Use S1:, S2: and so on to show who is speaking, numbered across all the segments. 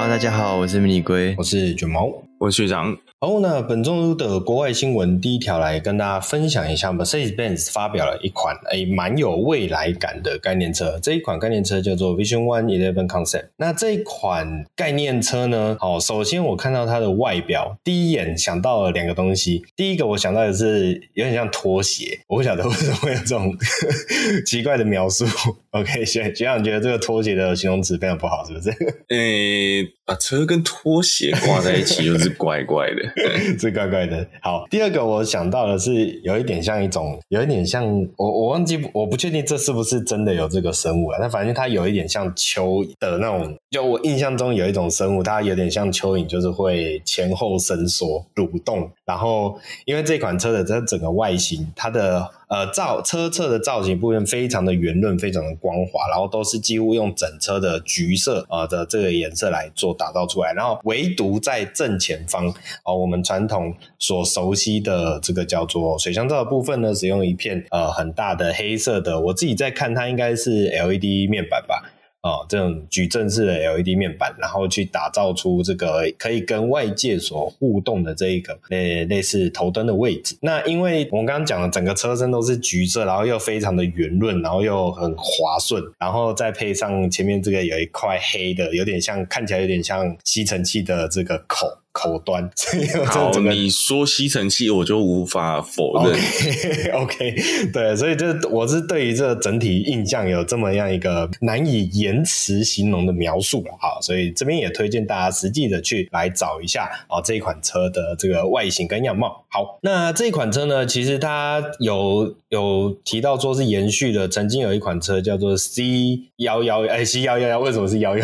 S1: Hello， 大家好，我是迷你龟，
S2: 我是卷毛，
S3: 我是学长。
S2: 好，那本周的国外新闻第一条来跟大家分享一下 Mercedes-Benz 发表了一款蛮有未来感的概念车，这一款概念车叫做 Vision One 11 Concept。 那这一款概念车呢，首先我看到它的外表，第一眼想到了两个东西。第一个我想到的是有点像拖鞋，我不晓得为什么会有这种奇怪的描述。OK， 学长觉得这个拖鞋的形容词非常不好，是不是？
S3: 把车跟拖鞋挂在一起就是怪怪的。
S2: 是怪怪的。好，第二个我想到的是有一点像我忘记，我不确定这是不是真的有这个生物啊，但反正它有一点像蚯蚓的那种，就我印象中有一种生物，它有点像蚯蚓，就是会前后伸缩蠕动。然后因为这款车的这整个外形，它的车侧的造型部分非常的圆润，非常的光滑，然后都是几乎用整车的橘色的这个颜色来做打造出来。然后唯独在正前方我们传统所熟悉的这个叫做水箱罩的部分呢，使用一片很大的黑色的，我自己在看它应该是 LED 面板吧。这种矩阵式的 LED 面板，然后去打造出这个可以跟外界所互动的这一个类似头灯的位置。那因为我们刚刚讲的整个车身都是橘色，然后又非常的圆润，然后又很滑顺，然后再配上前面这个有一块黑的，看起来有点像吸尘器的这个口端。
S3: 好，你说吸尘器我就无法否认。
S2: OK， 对，所以我是对于这整体印象有这么样一个难以言辞形容的描述了。好，所以这边也推荐大家实际的去来找一下这一款车的这个外形跟样貌。好，那这一款车呢，其实它有提到说是延续的，曾经有一款车叫做 C111， 为什么是11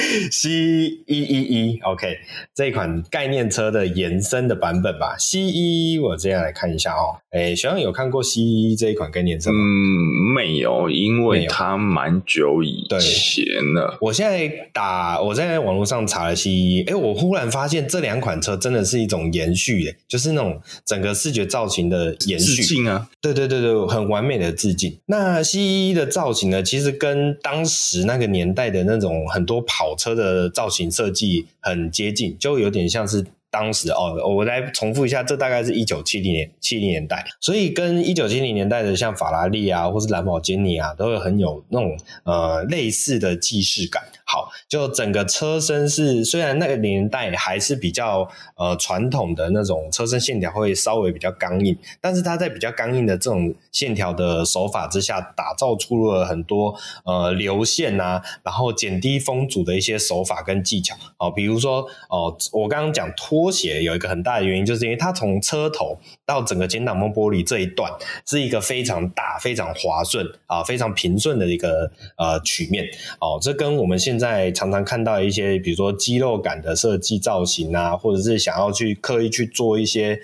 S2: C111 OK， 这一款概念车的延伸的版本吧。C111 我这样来看一下学长有看过 C111 这一款概念车吗？
S3: 没有，因为它蛮久以前了。
S2: 我现在网络上查了 C111， 我忽然发现这两款车真的是一种延续就是那种整个视觉造型的延续。
S3: 致敬啊。
S2: 对，很完美的致敬。那 C111 的造型呢，其实跟当时那个年代的那种很多跑车的造型设计很接近，就有点像是当时我来重复一下，这大概是1970年代，所以跟1970年代的像法拉利啊，或是兰博基尼啊，都会很有那种类似的既视感。好，就整个车身是虽然那个年代还是比较传统的那种车身线条会稍微比较刚硬，但是它在比较刚硬的这种线条的手法之下，打造出了很多流线啊，然后减低风阻的一些手法跟技巧。比如说我刚刚讲拖鞋有一个很大的原因，就是因为它从车头到整个前挡风玻璃这一段是一个非常大、非常滑顺非常平顺的一个曲面这跟我们现在常常看到一些比如说肌肉感的设计造型啊，或者是想要去刻意去做一些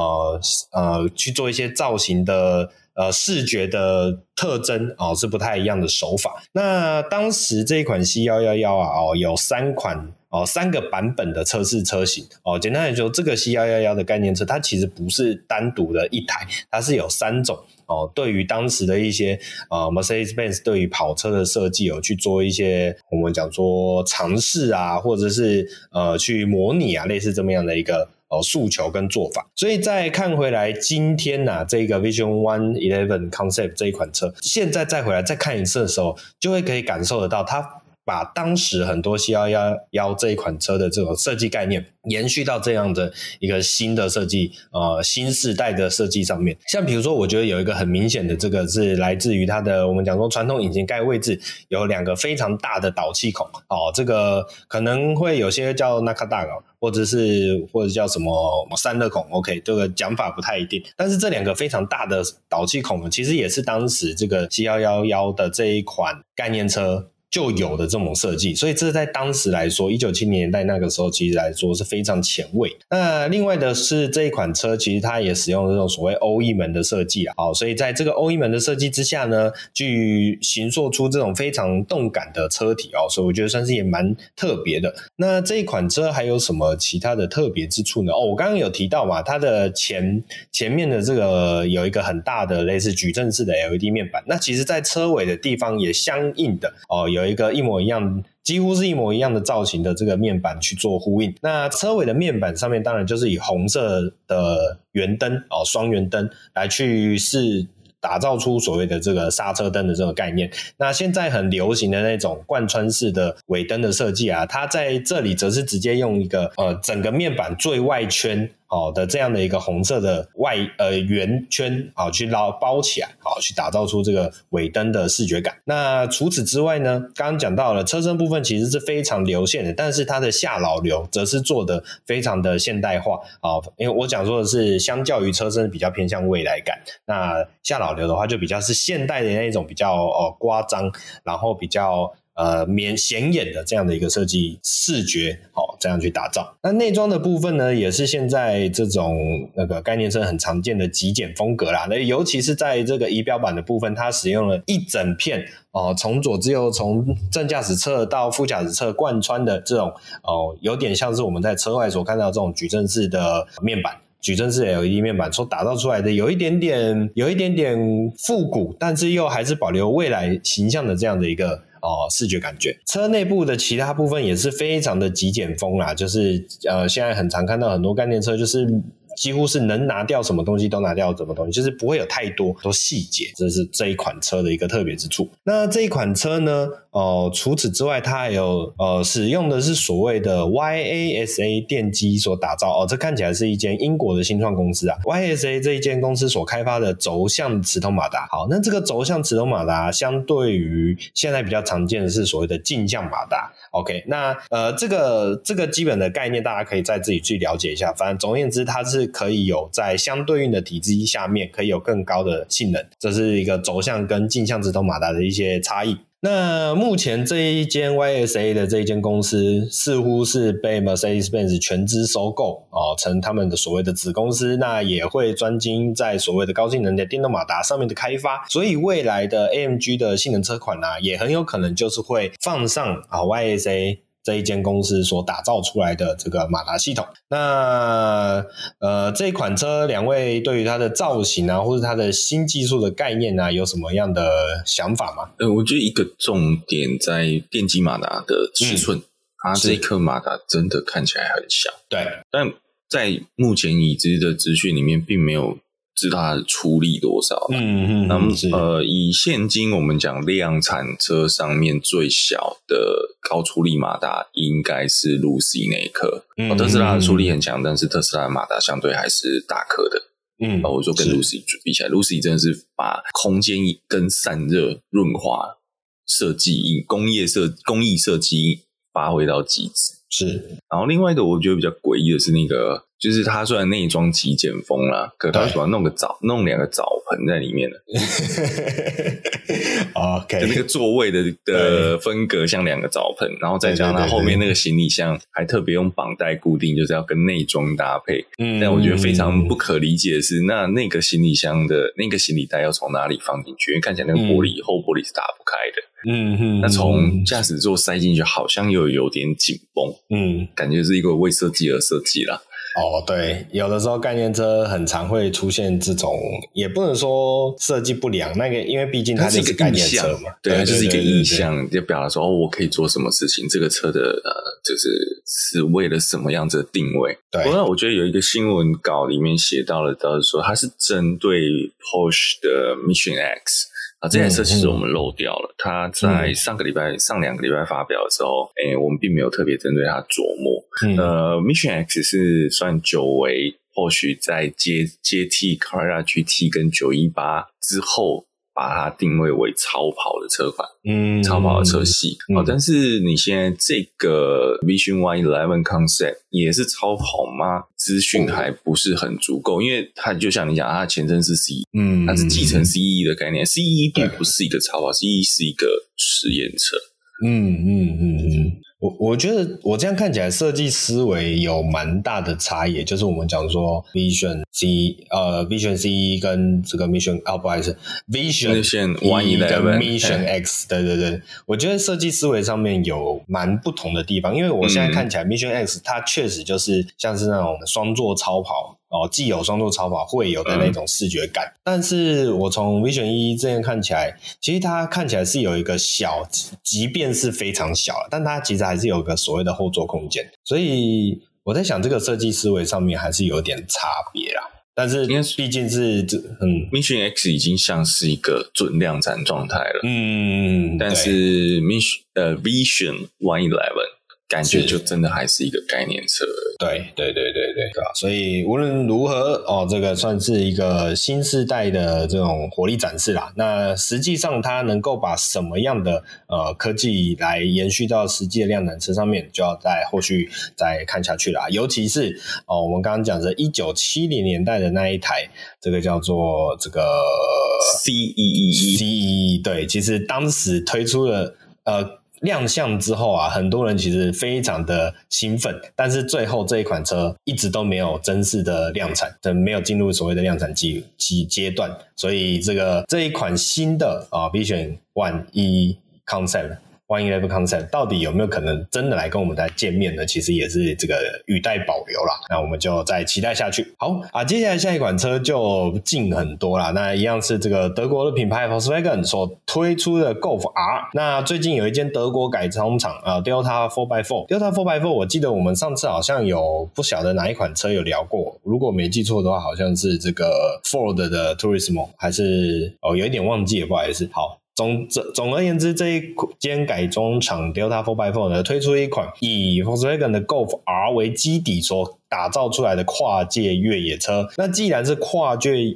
S2: 造型的视觉的特征是不太一样的手法。那当时这一款 C111 有3个版本的测试车型简单来说，这个 C111 的概念车它其实不是单独的一台，它是有3种对于当时的一些Mercedes-Benz 对于跑车的设计去做一些我们讲说尝试啊，或者是去模拟啊，类似这么样的一个诉求跟做法。所以再看回来今天这个 Vision One 11 Concept 这一款车，现在再回来再看一次的时候，就会可以感受得到它把当时很多 C111 这一款车的这种设计概念延续到这样的一个新的设计新世代的设计上面。像比如说我觉得有一个很明显的，这个是来自于它的我们讲说传统引擎盖位置有2个非常大的导气孔这个可能会有些叫 Nakada 或者叫什么散热孔 OK， 这个讲法不太一定，但是这2个非常大的导气孔呢，其实也是当时这个 C111 的这一款概念车就有的这种设计，所以这在当时来说1970年代那个时候其实来说是非常前卫。那另外的是这一款车其实它也使用这种所谓欧翼门的设计所以在这个欧翼门的设计之下呢，去形塑出这种非常动感的车体所以我觉得算是也蛮特别的。那这一款车还有什么其他的特别之处呢？我刚刚有提到嘛，它的前面的这个有一个很大的类似矩阵式的 LED 面板，那其实在车尾的地方也相应的有有一个一模一样几乎是一模一样的造型的这个面板去做呼应。那车尾的面板上面当然就是以红色的圆灯双圆灯来去打造出所谓的这个刹车灯的这个概念。那现在很流行的那种贯穿式的尾灯的设计啊，它在这里则是直接用一个整个面板最外圈的这样的一个红色的圆圈去包起来去打造出这个尾灯的视觉感。那除此之外呢，刚刚讲到了车身部分其实是非常流线的，但是它的下老流则是做的非常的现代化因为我讲说的是相较于车身比较偏向未来感，那下老流的话就比较是现代的那种比较夸张，然后比较显眼的这样的一个设计视觉这样去打造。那内装的部分呢，也是现在这种那个概念车很常见的极简风格啦。那尤其是在这个仪表板的部分，它使用了一整片从左至右，从正驾驶侧到副驾驶侧贯穿的这种有点像是我们在车外所看到这种矩阵式的面板，矩阵式 LED 面板所打造出来的有一点点复古，但是又还是保留未来形象的这样的一个视觉感觉。车内部的其他部分也是非常的极简风啦，就是现在很常看到很多概念车就是几乎是能拿掉什么东西都拿掉什么东西，就是不会有太多细节，这是这一款车的一个特别之处。那这一款车呢除此之外，它还有使用的是所谓的 YASA 电机所打造这看起来是一间英国的新创公司啊。YASA 这一间公司所开发的轴向磁通马达，好，那这个轴向磁通马达相对于现在比较常见的是所谓的径向马达。OK， 那这个基本的概念大家可以再自己去了解一下，反正总而言之它是可以有在相对应的体积下面可以有更高的性能，这是一个轴向跟径向磁通马达的一些差异。那目前这一间 YSA 的这一间公司似乎是被 Mercedes-Benz 全资收购成他们的所谓的子公司，那也会专精在所谓的高性能的电动马达上面的开发，所以未来的 AMG 的性能车款也很有可能就是会放上YSA这一间公司所打造出来的这个马达系统。那这一款车两位对于它的造型或者它的新技术的概念有什么样的想法吗？
S3: 我觉得一个重点在电机马达的尺寸，它这颗马达真的看起来很小，
S2: 对，
S3: 但在目前已知的资讯里面并没有知道它的出力多少。以现今我们讲量产车上面最小的高出力马达应该是 Lucy 那一颗。特斯拉的出力很强，但是特斯拉的马达相对还是大颗的。我说跟 Lucy 比起来， Lucy 真的是把空间跟散热润滑设计以工艺设计发挥到极致。
S2: 是，
S3: 然后另外一个我觉得比较诡异的是那个，就是它虽然内装极简风啦，可它主要弄两个澡盆在里面了。
S2: OK，
S3: 那个座位的分隔像两个澡盆，然后再加上它后面那个行李箱还特别用绑带固定，就是要跟内装搭配。但我觉得非常不可理解的是，那个行李箱的那个行李袋要从哪里放进去？因为看起来那个后玻璃是打不开的。那从驾驶座塞进去好像又有点紧绷，感觉是一个为设计而设计啦。
S2: 对，有的时候概念车很常会出现这种，也不能说设计不良，那个因为毕竟它就是概念车嘛，
S3: 对，它就是一个意向，就表达说我可以做什么事情，这个车的是为了什么样子的定位。
S2: 对，
S3: 不过我觉得有一个新闻稿里面写到了，倒是说它是针对 Porsche 的 Mission X。这台车其实我们漏掉了，它在上2个礼拜发表的时候，我们并没有特别针对它琢磨。Mission X 是算久违Porsche在接替 Carrera GT 跟918之后，把它定位为超跑的车款，超跑的车系。但是你现在这个 Vision Y11 Concept 也是超跑吗？资讯还不是很足够，因为它就像你讲，它的前身是 CE，它是继承 CE 的概念。CE 并不是一个超跑，CE 是一个实验车。
S2: 我觉得我这样看起来设计思维有蛮大的差异，就是我们讲说 Vision CE 跟这个 Mission 不好意思 Vision Y11 跟 Mission X， 对，我觉得设计思维上面有蛮不同的地方，因为我现在看起来 Mission X 它确实就是像是那种双座超跑既有双座超跑会有的那种视觉感。但是我从 Vision 1这样看起来，其实它看起来是有一个小，即便是非常小，但它其实还是有个所谓的后座空间，所以我在想这个设计思维上面还是有点差别啦。但是毕竟是
S3: Mission X 已经像是一个准量产状态了，但是 Vision 111感觉就真的还是一个概念车。
S2: 对吧？所以无论如何这个算是一个新世代的这种火力展示啦。那实际上它能够把什么样的科技来延续到实际的量产车上面，就要在后续再看下去啦。尤其是我们刚刚讲的1970年代的那一台，这个叫做这个 CEE， 对，其实当时推出了亮相之后啊，很多人其实非常的兴奋，但是最后这一款车一直都没有正式的量产，没有进入所谓的量产阶段，所以这一款新的Vision 111 Concept到底有没有可能真的来跟我们来见面呢？其实也是这个语带保留啦，那我们就再期待下去。好接下来下一款车就近很多啦，那一样是这个德国的品牌 Volkswagen 所推出的 Golf R。那最近有一间德国改装厂Delta 4x4 我记得我们上次好像有不晓得哪一款车有聊过，如果没记错的话好像是这个 Ford 的 Turismo 还是有一点忘记了，不好意思。好，总而言之，这一间改装厂 Delta 4x4 呢推出一款以 Volkswagen 的 Golf R 为基底所打造出来的跨界越野车。那既然是跨界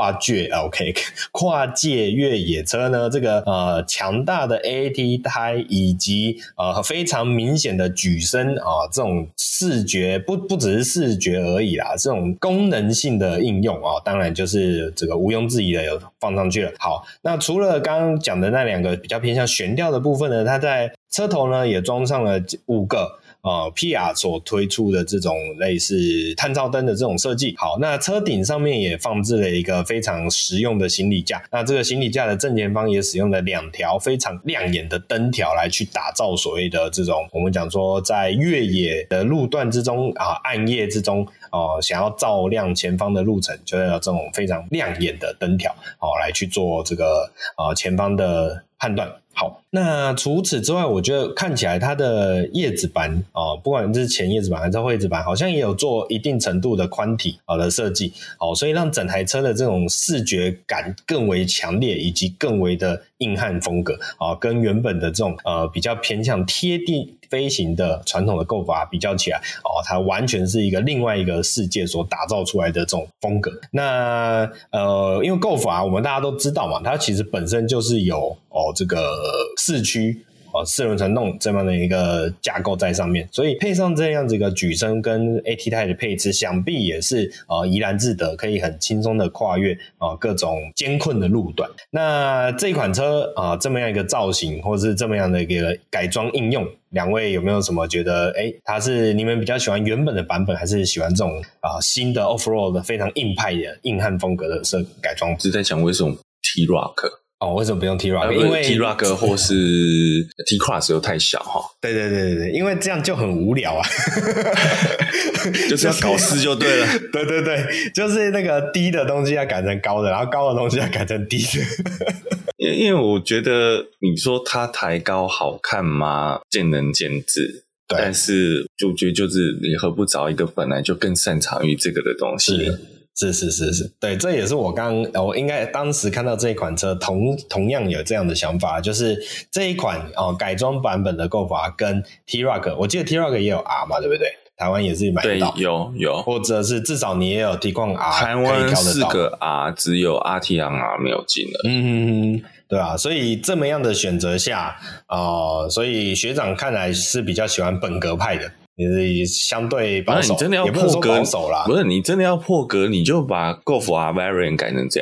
S2: 越野车呢，这个强大的 AT 胎以及非常明显的举升这种视觉不只是视觉而已啦，这种功能性的应用当然就是这个毋庸置疑的有放上去了。好，那除了刚刚讲的那两个比较偏向悬吊的部分呢，它在车头呢也装上了5个Kia 所推出的这种类似探照灯的这种设计。好，那车顶上面也放置了一个非常实用的行李架，那这个行李架的正前方也使用了2条非常亮眼的灯条来去打造所谓的这种我们讲说在越野的路段之中暗夜之中想要照亮前方的路程，就要有这种非常亮眼的灯条来去做这个前方的判断。好，那除此之外，我觉得看起来它的叶子板不管是前叶子板还是后叶子板，好像也有做一定程度的宽体的设计，所以让整台车的这种视觉感更为强烈，以及更为的硬汉风格跟原本的这种比较偏向贴地飞行的传统的Golf R比较起来它完全是另外一个世界所打造出来的这种风格。那因为Golf R我们大家都知道嘛，它其实本身就是有这个四驱4轮传动这样的一个架构在上面，所以配上这样子一个举升跟 AT 胎的配置，想必也是怡然自得，可以很轻松的跨越各种艰困的路段。那这款车这么样一个造型或是这么样的一个改装应用，两位有没有什么觉得它是你们比较喜欢原本的版本，还是喜欢这种新的 Off-Road 的非常硬派的硬汉风格的改装？
S3: 是在讲为什么 T-Rock
S2: 为什么不用 T-Rock？ 因为
S3: T-Rock 或是 T-Cross 又太小对，
S2: 因为这样就很无聊
S3: 就是要搞事就对了
S2: 对，就是那个低的东西要改成高的，然后高的东西要改成低的
S3: 因为我觉得你说它抬高好看吗？见仁见智，但是就觉得就是你何不找一个本来就更擅长于这个的东西？
S2: 是，对，这也是我应该当时看到这一款车同样有这样的想法，就是这一款改装版本的Golf R跟 T-Rock， 我记得 T-Rock 也有 R 嘛，对不对？台湾也是买得到，
S3: 对，有，
S2: 或者是至少你也有T矿 R，
S3: 台湾4个 R 只有 RT-R 没有进了，
S2: 对啊，所以这么样的选择下所以学长看来是比较喜欢本格派的，也是相对保守，
S3: 你真的要破格，不是你真的要破格，你就把 Golf R Variant 改成这样好。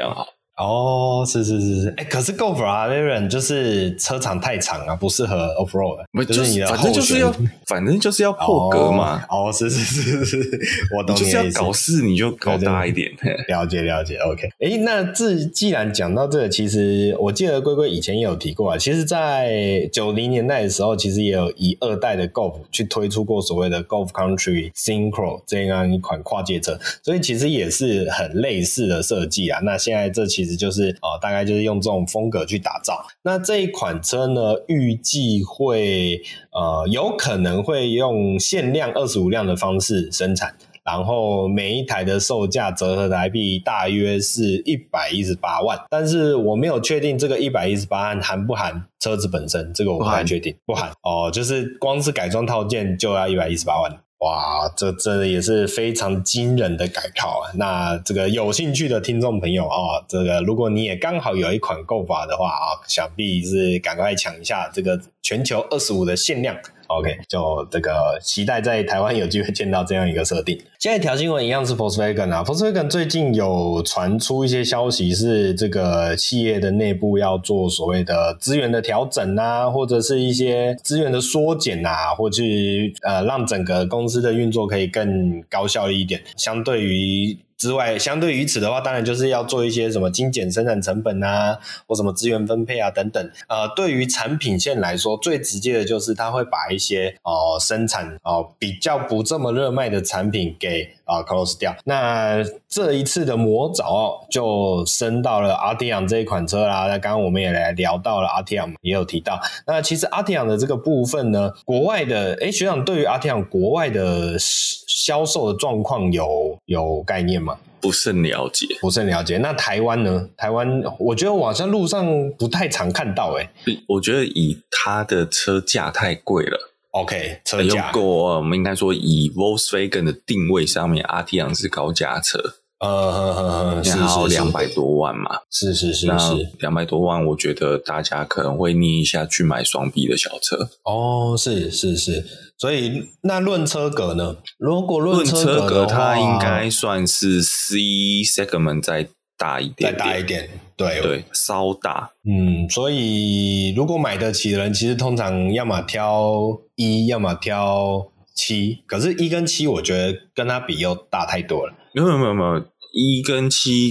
S2: 哦，是，可是 Golf LaRonde 就是车长太长啊，不适合 off-road， 就是你的
S3: 反正就是要破格嘛。
S2: 哦，是，我懂你的意思。
S3: 就是要搞事你就搞大一点。
S2: 了解 ，OK。那既然讲到这个，其实我记得龟龟以前也有提过啊，其实在90年代的时候，其实也有以2代的 Golf 去推出过所谓的 Golf Country Synchro 这样一款跨界车，所以其实也是很类似的设计啊。那现在这其实就是大概就是用这种风格去打造。那这一款车呢，预计会有可能会用限量25辆的方式生产，然后每一台的售价折合台币大约是118万，但是我没有确定这个118万含不含车子本身，这个我不太确定。不含就是光是改装套件就要118万。哇，这也是非常惊人的改套啊！那这个有兴趣的听众朋友这个如果你也刚好有一款Golf的话想必是赶快抢一下这个全球25的限量。OK， 就这个期待在台湾有机会见到这样一个设定。现在一条新闻一样是 Volkswagen 啊 ，Volkswagen 最近有传出一些消息，是这个企业的内部要做所谓的资源的调整啊，或者是一些资源的缩减啊，或去让整个公司的运作可以更高效一点。相对于此的话，当然就是要做一些什么精简生产成本啊，或什么资源分配啊等等。对于产品线来说，最直接的就是它会把一些生产比较不这么热卖的产品给close 掉。那这一次的魔爪就升到了 Arteon 这一款车啦。那刚刚我们也来聊到了 Arteon， 也有提到。那其实 Arteon 的这个部分呢，国外的学长对于 Arteon 国外的销售的状况有概念吗？
S3: 不甚了解。
S2: 那台湾呢？台湾我觉得我好像路上不太常看到
S3: 我觉得以它的车价太贵了。
S2: OK， 车价
S3: 我们应该说以 Volkswagen 的定位上面 Arteon 是高价车。
S2: 是
S3: 200多万嘛。
S2: 是
S3: 那200多万我觉得大家可能会捏一下去买双 B 的小车。
S2: 是。所以那论车格呢？如果论
S3: 车
S2: 格的话，
S3: 它应该算是 C segment 再大一点，对，稍大。
S2: 所以如果买得起的人，其实通常要么挑1，要么挑7。可是1跟7，我觉得跟它比又大太多了。
S3: 没有1跟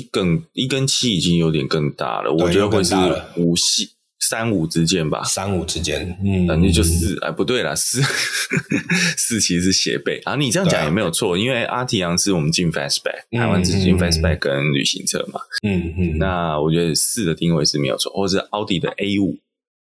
S3: 7已经有点更大了，我觉得会是3-5之间吧
S2: ，3-5之间，
S3: 反正就4，不对啦，4其实是斜背啊。你这样讲也没有错，因为Arteon是我们进 Fastback， 台湾只进 Fastback 跟旅行车嘛，那我觉得4的定位是没有错，或者是奥迪的 A5。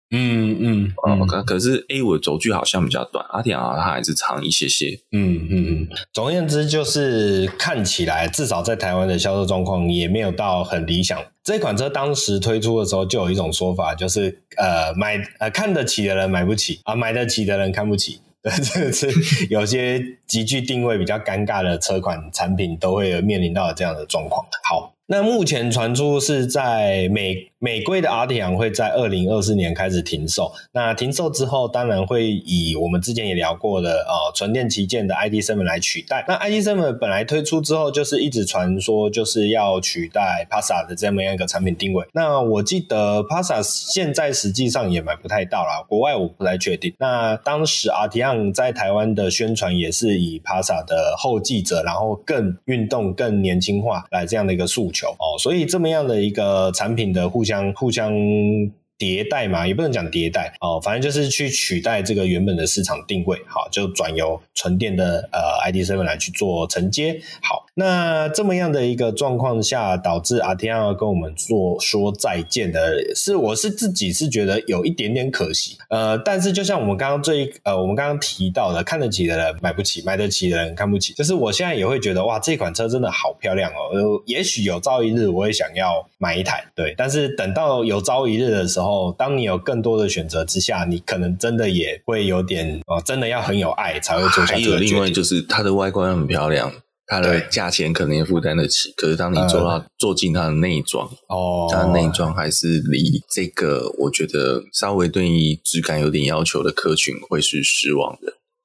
S3: 可是 A5 的轴距好像比较短，Arteon它还是长一些些。
S2: 总而言之，就是看起来至少在台湾的销售状况也没有到很理想。这款车当时推出的时候，就有一种说法，就是看得起的人买不起啊，买得起的人看不起。这是有些极具定位比较尴尬的车款产品都会有面临到这样的状况。好，那目前传出是在美规的 Arteon 会在2024年开始停售。那停售之后，当然会以我们之前也聊过的纯电旗舰的 ID.7 来取代。那 ID.7 本来推出之后，就是一直传说就是要取代 Passat 的这么样一个产品定位。那我记得 Passat 现在实际上也买不太到啦，国外我不太确定。那当时 Arteon 在台湾的宣传也是以 Passat 的后继者，然后更运动、更年轻化来这样的一个诉求所以这么样的一个产品的互相迭代嘛，也不能讲迭代反正就是去取代这个原本的市场定位，好，就转由纯电的ID.7 来去做承接。好，那这么样的一个状况下，导致 Arteon 要跟我们说再见的我是自己是觉得有一点点可惜。但是就像我们刚刚提到的，看得起的人买不起，买得起的人看不起，就是我现在也会觉得哇，这款车真的好漂亮也许有朝一日我也想要买一台，对，但是等到有朝一日的时候，当你有更多的选择之下，你可能真的也会有点真的要很有爱才会做下这个决定。
S3: 还有另外就是它的外观很漂亮，它的价钱可能也负担得起，可是当你做进它的内装它的内装还是离这个我觉得稍微对于质感有点要求的客群会是失望的。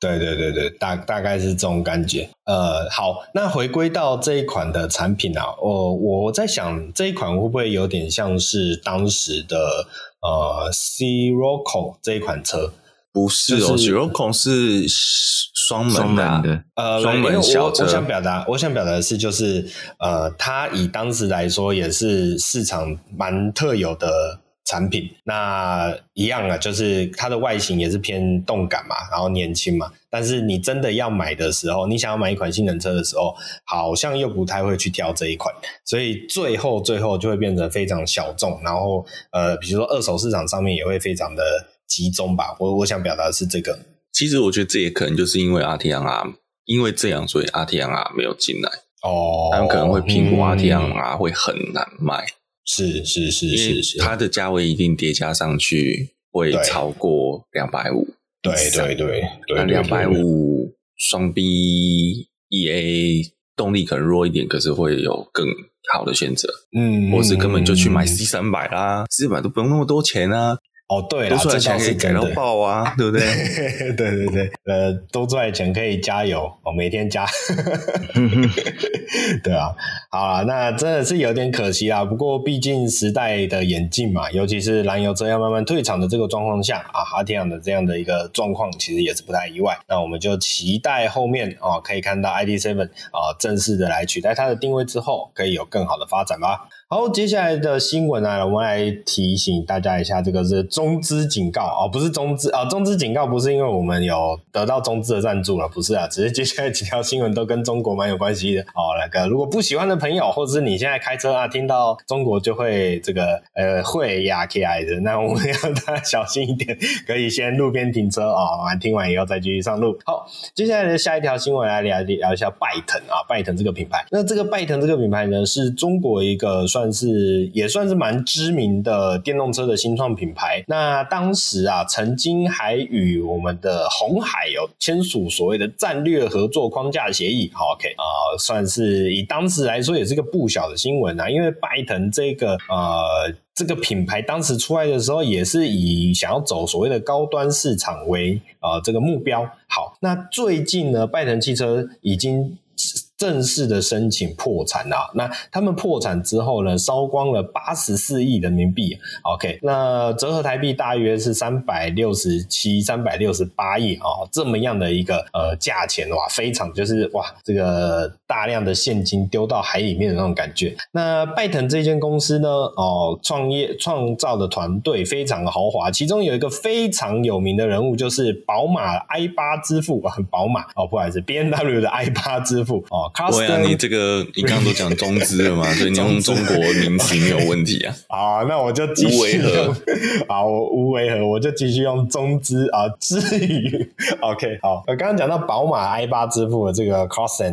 S2: 对对对对，大概是这种感觉。好，那回归到这一款的产品啊，我在想这一款会不会有点像是当时的Sirocco 这一款车？
S3: 不是哦， Sirocco 是双门的，双门小车。
S2: 我想表达的是，就是它以当时来说也是市场蛮特有的产品。那一样啊，就是它的外形也是偏动感嘛，然后年轻嘛。但是你真的要买的时候，你想要买一款性能车的时候，好像又不太会去挑这一款，所以最后就会变成非常小众，然后比如说二手市场上面也会非常的集中吧。我想表达的是这个。
S3: 其实我觉得这也可能就是因为 RT-R 因为这样，所以 RT-R 没有进来。他们可能会评估 RT-R 会很难卖。
S2: 是，
S3: 因为它的价位一定叠加上去会超过250。对，那250双 B EA 动力可能弱一点，可是会有更好的选择。或是根本就去买 C300 啦，C300 都不用那么多钱啊。
S2: 对啦，
S3: 多出来钱可以改到爆啊，对不对？
S2: 对，多出来钱可以加油每天加。对啊，好啦，那真的是有点可惜啦。不过毕竟时代的演进嘛，尤其是燃油车要慢慢退场的这个状况下RT-R的这样的一个状况，其实也是不太意外。那我们就期待后面可以看到 ID.7 正式的来取代它的定位之后，可以有更好的发展吧。好，接下来的新闻我们来提醒大家一下，这个是中资警告不是中资中资警告不是因为我们有得到中资的赞助了，不是啊，只是接下来几条新闻都跟中国蛮有关系的那个如果不喜欢的朋友，或者是你现在开车听到中国就会这个会压起来的，那我们要大家小心一点，可以先路边停车听完以后再继续上路。好，接下来的下一条新闻来聊一下拜腾拜腾这个品牌。那这个拜腾这个品牌呢，是中国一个也算是蛮知名的电动车的新创品牌。那当时曾经还与我们的鸿海有签署所谓的战略合作框架协议。好 OK 算是以当时来说也是个不小的新闻因为拜腾这个品牌当时出来的时候也是以想要走所谓的高端市场为这个目标。好，那最近呢，拜腾汽车已经正式的申请破产那他们破产之后呢，烧光了84亿人民币 OK， 那折合台币大约是368亿这么样的一个价钱非常就是这个大量的现金丢到海里面的那种感觉。那拜腾这间公司呢创造的团队非常豪华，其中有一个非常有名的人物就是宝马 i8 之父宝马不好意思 BMW 的 i8 之父
S3: 对啊，你这个你刚刚都讲中资了嘛，所以你用中国名词没有问题啊。
S2: 好，那我就继续
S3: 无违和。
S2: 好，我无违和，我就继续用中资之语。OK， 好，我刚刚讲到宝马 i8 之父的这个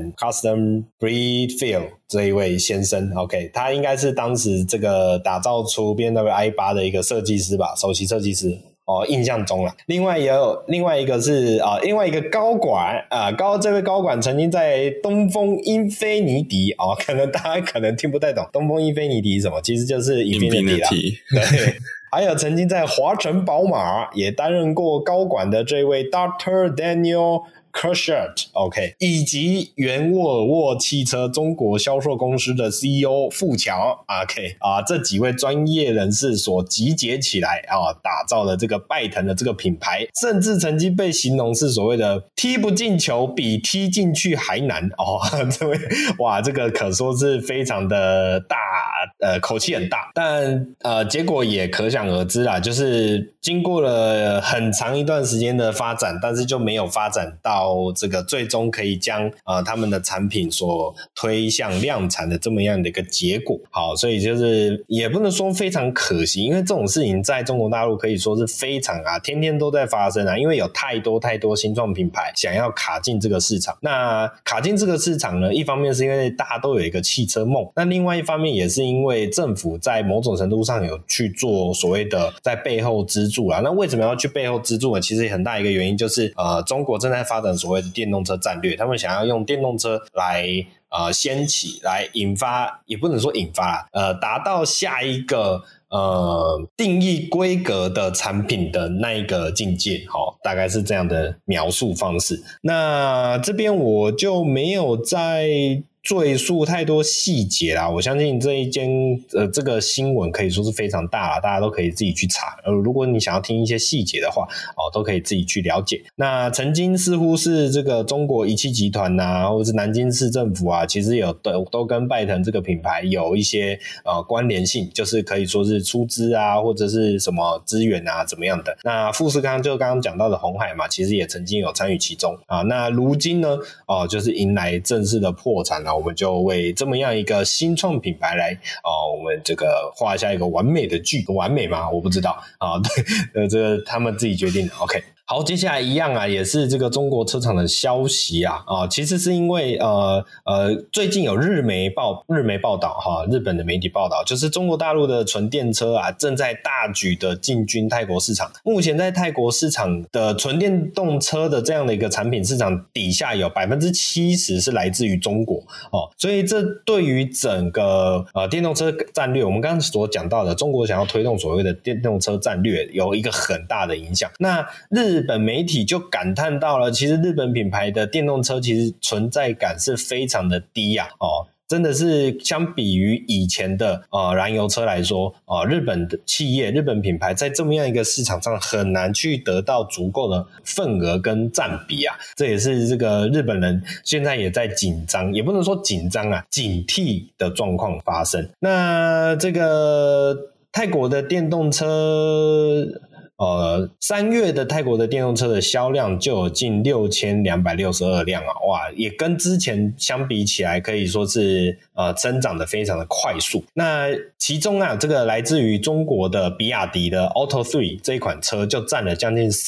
S2: Custom Breedfield 这一位先生 ，OK， 他应该是当时这个打造出 BMW i8 的一个设计师吧，首席设计师。印象中啦。另外一个是另外一个高管这位高管曾经在东风英菲尼迪可能大家可能听不太懂东风英菲尼迪是什么，其实就是 Infiniti 啦。对。还有曾经在华晨宝马也担任过高管的这位 Dr. Daniel Kretschmer OK， 以及原沃尔沃汽车中国销售公司的 CEO 富强 OK 这几位专业人士所集结起来打造了这个拜腾的这个品牌，甚至曾经被形容是所谓的踢不进球比踢进去还难这位这个可说是非常的大口气很大，但结果也可想而知啦，就是经过了很长一段时间的发展，但是就没有发展到这个最终可以将他们的产品所推向量产的这么样的一个结果。好，所以就是也不能说非常可惜，因为这种事情在中国大陆可以说是非常天天都在发生因为有太多新创品牌想要卡进这个市场。那卡进这个市场呢，一方面是因为大家都有一个汽车梦，那另外一方面也是因为政府在某种程度上有去做所谓的在背后资助啦。那为什么要去背后资助呢？其实很大一个原因就是中国正在发展所谓的电动车战略，他们想要用电动车来掀起，来引发，也不能说引发达到下一个定义规格的产品的那一个境界，大概是这样的描述方式。那这边我就没有再赘述太多细节啦，我相信这个新闻可以说是非常大啦，大家都可以自己去查。如果你想要听一些细节的话，都可以自己去了解。那曾经似乎是这个中国仪器集团或者是南京市政府其实都跟拜腾这个品牌有一些关联性，就是可以说是出资或者是什么资源怎么样的。那富士康就刚刚讲到的鸿海嘛，其实也曾经有参与其中那如今呢就是迎来正式的破产了。我们就为这么样一个新创品牌来我们这个画下一个完美的句，完美吗？我不知道对，这个他们自己决定的。 OK，好，接下来一样也是这个中国车厂的消息其实是因为最近有日媒报道日本的媒体报道，就是中国大陆的纯电车正在大举的进军泰国市场。目前在泰国市场的纯电动车的这样的一个产品市场底下有 70% 是来自于中国所以这对于整个电动车战略，我们刚刚所讲到的中国想要推动所谓的电动车战略有一个很大的影响。那日本媒体就感叹到了，其实日本品牌的电动车其实存在感是非常的低真的是相比于以前的燃油车来说日本的企业，日本品牌在这么样一个市场上很难去得到足够的份额跟占比这也是这个日本人现在也在紧张，也不能说紧张警惕的状况发生。那这个泰国的电动车3月的泰国的电动车的销量就有近6262辆哇，也跟之前相比起来可以说是增长的非常的快速。那其中这个来自于中国的比亚迪的 Auto3 这一款车就占了将近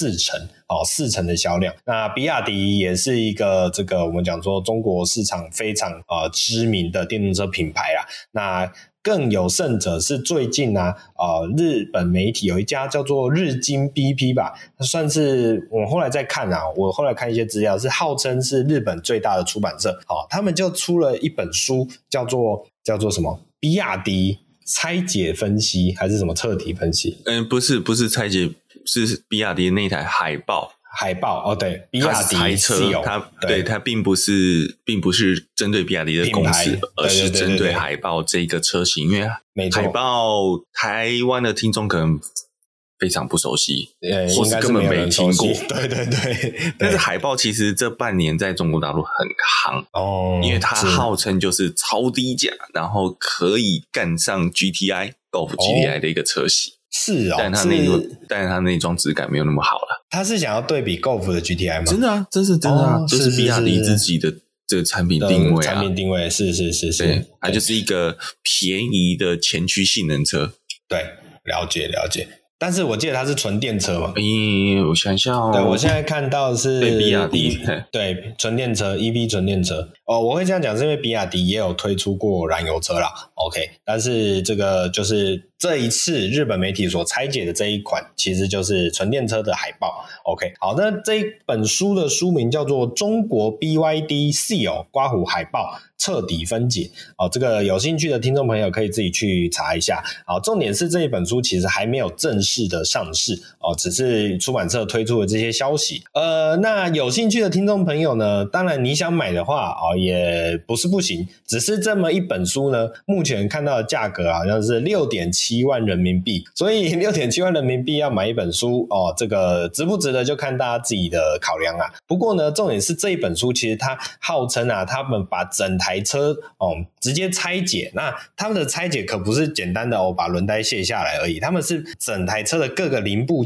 S2: 4成的销量。那比亚迪也是一个这个我们讲说中国市场非常知名的电动车品牌那更有甚者是最近日本媒体有一家叫做日经 BP 吧，算是我后来在看我后来看一些资料，是号称是日本最大的出版社他们就出了一本书叫做什么比亚迪拆解分析还是什么彻底分析
S3: 不是拆解，是比亚迪那台海豹
S2: 对，比亚迪
S3: 台车它并不是针对比亚迪的公司，而是针对海豹这个车型。因为海豹台湾的听众可能非常不熟悉，或是根本没听过。对，但是海豹其实这半年在中国大陆很夯因为它号称就是超低价，然后可以干上 Golf GTI 的一个车型。
S2: 是
S3: 但是它内装质感没有那么好了。
S2: 他是想要对比 Golf 的 GTI 吗？
S3: 真的这是真的就是比亚迪自己的这个产品定位
S2: 产品定位是
S3: 对，它就是一个便宜的前驱性能车。
S2: 对，了解。但是我记得它是纯电车嘛？
S3: 我想一下
S2: 对，我现在看到是
S3: 对比亚迪
S2: 对纯电车 EV 纯电车我会这样讲是因为比亚迪也有推出过燃油车啦 OK， 但是这个就是这一次日本媒体所拆解的这一款其实就是纯电车的海豹 OK。 好，那这一本书的书名叫做中国 BYD Seal 刮胡海豹彻底分解这个有兴趣的听众朋友可以自己去查一下重点是这一本书其实还没有正式的上市只是出版社推出的这些消息那有兴趣的听众朋友呢，当然你想买的话也不是不行，只是这么一本书呢目前看到的价格好像是 6.7 万人民币，所以 6.7 万人民币要买一本书这个值不值得就看大家自己的考量不过呢重点是这一本书其实它号称他们把整台车直接拆解，那他们的拆解可不是简单的把轮胎卸下来而已，他们是整台车的各个零部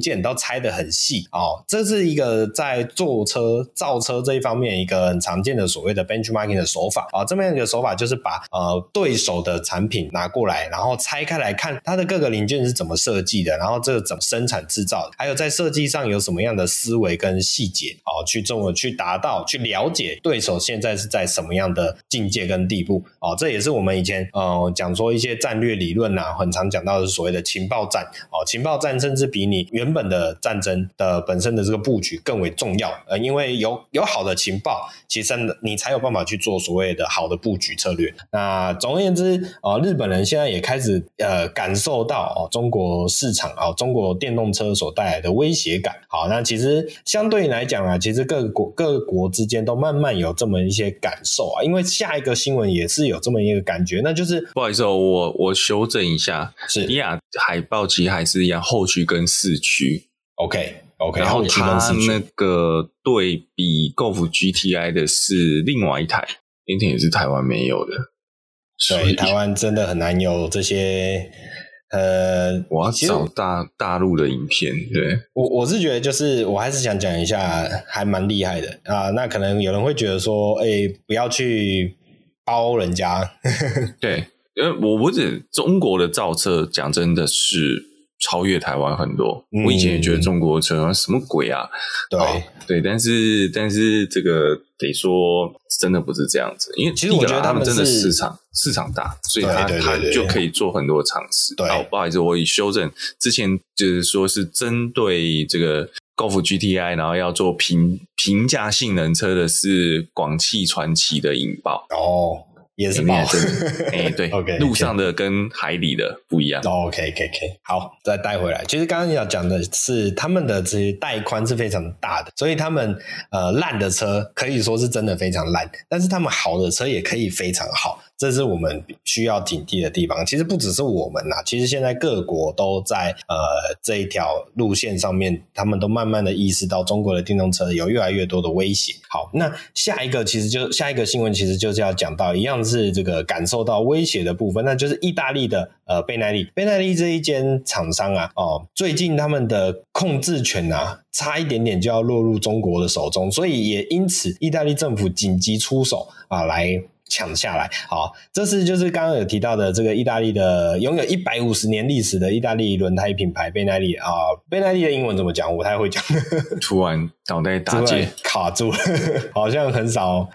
S2: 件都拆得很细这是一个在造车这一方面一个很常见的所谓的 benchmarking 的手法这么样一个手法就是把对手的产品拿过来，然后拆开来看它的各个零件是怎么设计的，然后这个怎么生产制造的，还有在设计上有什么样的思维跟细节去达到去了解对手现在是在什么样的境界跟地步这也是我们以前讲说一些战略理论很常讲到的所谓的情报战情报战甚至比你原本的战争的本身的这个布局更为重要因为有好的情报，其实你才有办法去做所谓的好的布局策略。那总而言之日本人现在也开始感受到中国市场中国电动车所带来的威胁感。好，那其实相对来讲其实各国之间都慢慢有这么一些感受因为下一个新闻也是有这么一个感觉，那就是
S3: 不好意思我修正一下，
S2: 是
S3: 亚海豹其实还是一样后驱跟四驱
S2: OK，
S3: 然后它那个对比 Golf GTI 的是另外一台，那台也是台湾没有的。
S2: 对，台湾真的很难有这些
S3: 我要找大陆的影片。对，
S2: 我是觉得就是我还是想讲一下还蛮厉害的那可能有人会觉得说不要去包人家
S3: 对，因为我不止中国的造车讲真的是超越台湾很多我以前也觉得中国车什么鬼啊对但是这个得说真的不是这样子，因为
S2: 其实我觉得
S3: 他们真的
S2: 是
S3: 市场大，所以他
S2: 对
S3: 就可以做很多尝试。
S2: 对，
S3: 不好意思我修正，之前就是说是针对这个Golf GTI 然后要做平价性能车的是广汽传祺的引爆
S2: 也是爆
S3: 对
S2: okay,
S3: 路上的跟海里的不一样
S2: OK 好，再带回来。其实刚刚要讲的是他们的这些带宽是非常大的，所以他们烂的车可以说是真的非常烂，但是他们好的车也可以非常好，这是我们需要警惕的地方。其实不只是我们其实现在各国都在这一条路线上面，他们都慢慢的意识到中国的电动车有越来越多的威胁。好，那下一个新闻其实就是要讲到一样是这个感受到威胁的部分，那就是意大利的贝奈利这一间厂商最近他们的控制权差一点点就要落入中国的手中，所以也因此意大利政府紧急出手来抢下来。好，这是就是刚刚有提到的这个意大利的拥有150年历史的意大利轮胎品牌贝奈利贝奈利的英文怎么讲我不太会讲
S3: 突然脑袋打结
S2: 卡住了好像很少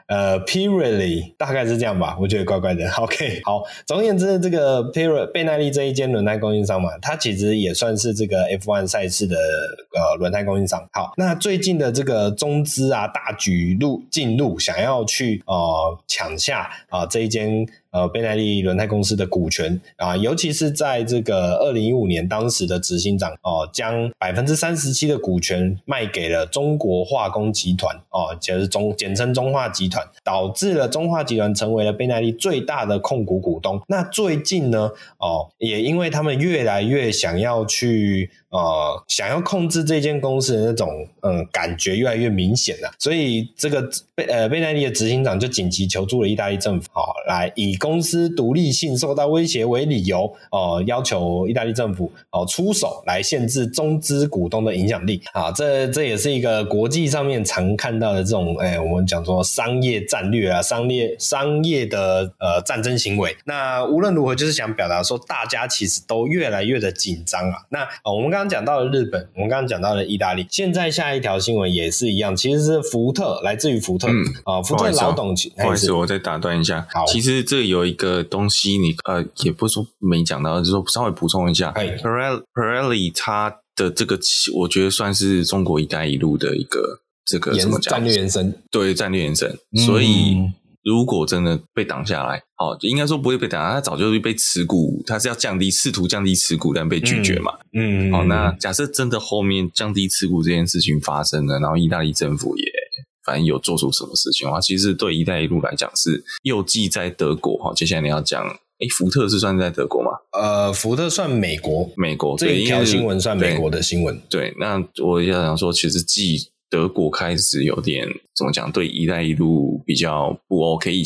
S2: Pirelli 大概是这样吧，我觉得怪怪的。 OK， 好，总而言之这个贝奈利这一间轮胎供应商嘛，它其实也算是这个 F1 赛事的轮胎供应商。好，那最近的这个中资大举进入想要去抢下这一间贝奈利轮胎公司的股权尤其是在这个2015年当时的执行长将 37% 的股权卖给了中国化工集团就是简称中化集团，导致了中化集团成为了贝奈利最大的控股股东。那最近呢也因为他们越来越想要去想要控制这间公司的那种感觉越来越明显了，所以这个贝奈利的执行长就紧急求助了意大利政府来以公司独立性受到威胁为理由要求意大利政府出手来限制中资股东的影响力这也是一个国际上面常看到的这种我们讲说商业战略商业的战争行为。那无论如何就是想表达说大家其实都越来越的紧张那我们刚刚讲到了日本，我们刚刚讲到了意大利，现在下一条新闻也是一样，其实是福特，来自于福特福特老董
S3: 不好意思我再打断一下，其实这有一个东西你也不是说没讲到，就是说稍微补充一下Pirelli 它的这个我觉得算是中国一带一路的一个这个怎么讲
S2: 战略延伸，
S3: 对，战略延伸所以如果真的被挡下来应该说不会被挡下来，他早就被持股，他是要试图降低持股但被拒绝嘛那假设真的后面降低持股这件事情发生了，然后意大利政府也反正有做出什么事情的话，其实对一带一路来讲是又记在德国接下来你要讲福特是算在德国吗？
S2: 福特算美国这一条新闻算美国的新闻。
S3: 对，那我要想说其实继德国开始有点怎么讲对一带一路比较不 OK， 以前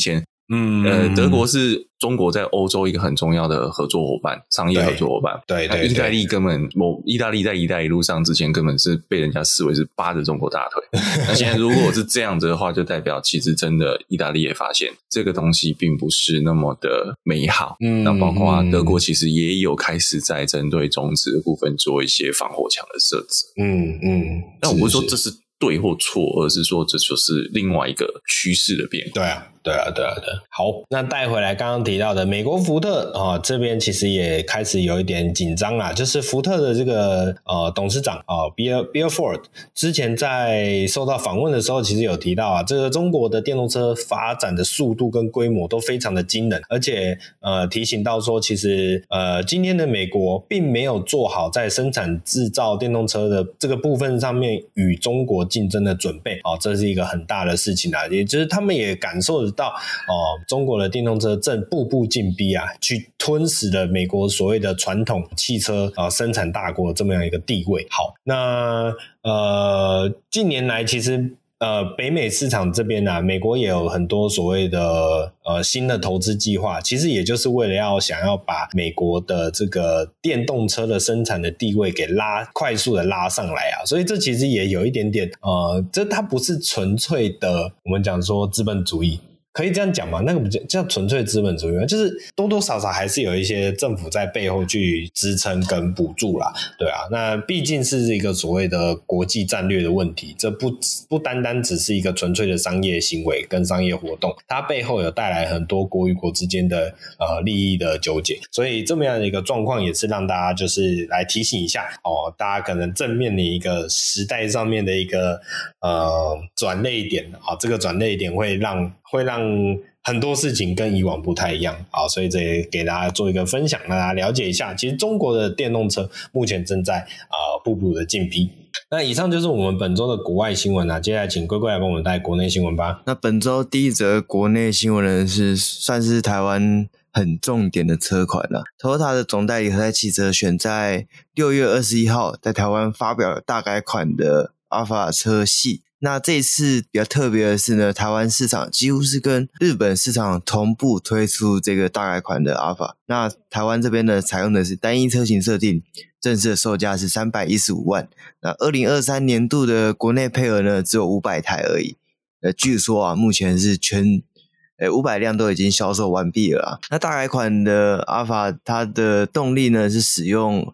S3: 德国是中国在欧洲一个很重要的合作伙伴，商业合作伙伴。
S2: 对，
S3: 意大利意大利在一带一路上之前根本是被人家视为是扒着中国大腿。那现在如果是这样子的话，就代表其实真的意大利也发现这个东西并不是那么的美好。那包括德国其实也有开始在针对中资的部分做一些防火墙的设置。但我不是说这是对或错，而是说这就是另外一个趋势的变化。
S2: 对啊。好，那带回来刚刚提到的美国福特这边其实也开始有一点紧张啦，就是福特的这个董事长Bill Ford 之前在受到访问的时候，其实有提到啊，这个中国的电动车发展的速度跟规模都非常的惊人，而且提醒到说，其实今天的美国并没有做好在生产制造电动车的这个部分上面与中国竞争的准备这是一个很大的事情啊，也就是他们也感受得到中国的电动车正步步进逼啊，去吞噬了美国所谓的传统汽车生产大国这么样一个地位。好，那近年来其实北美市场这边啊，美国也有很多所谓的新的投资计划，其实也就是为了想要把美国的这个电动车的生产的地位给快速的拉上来啊，所以这其实也有一点点这它不是纯粹的我们讲说资本主义。可以这样讲吗？那个不叫纯粹资本主义吗？就是多多少少还是有一些政府在背后去支撑跟补助啦，对啊。那毕竟是一个所谓的国际战略的问题，这不单单只是一个纯粹的商业行为跟商业活动，它背后有带来很多国与国之间的利益的纠结，所以这么样的一个状况也是让大家就是来提醒一下大家可能正面临一个时代上面的一个转捩点这个转捩点会让很多事情跟以往不太一样所以这也给大家做一个分享，让大家了解一下，其实中国的电动车目前正在步步的进逼。那以上就是我们本周的国外新闻接下来请龟龟来帮我们带国内新闻吧。
S1: 那本周第一则国内新闻呢，算是台湾很重点的车款了。Toyota 的总代理和泰汽车选在6月21号在台湾发表了大改款的 Alpha 车系。那这一次比较特别的是呢，台湾市场几乎是跟日本市场同步推出这个大改款的 Alpha。那台湾这边呢，采用的是单一车型设定，正式的售价是315万。那2023年度的国内配额呢，只有500台而已。据说目前是全500辆都已经销售完毕了那大改款的 Alpha 它的动力呢是使用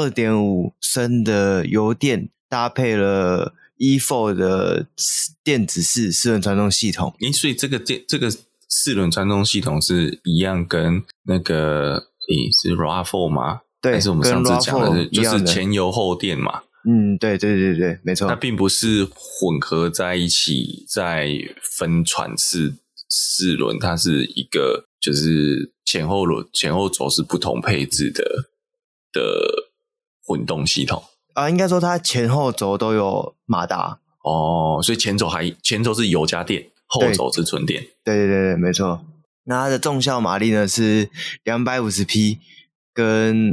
S1: 2.5 升的油电，搭配了E4 的电子式四轮传动系统。
S3: 所以这个四轮传动系统是一样跟那个是 RAV4 吗？
S1: 对，
S3: 还是我们上次讲的就是前油后电嘛？
S1: 对，没错。
S3: 它并不是混合在一起再分传式四轮，它是一个就是前后轴是不同配置的混动系统。
S1: 应该说它前后轴都有马达
S3: 所以前轴是油加电，后轴是纯电。
S1: 对，没错。那它的重效马力呢是250匹跟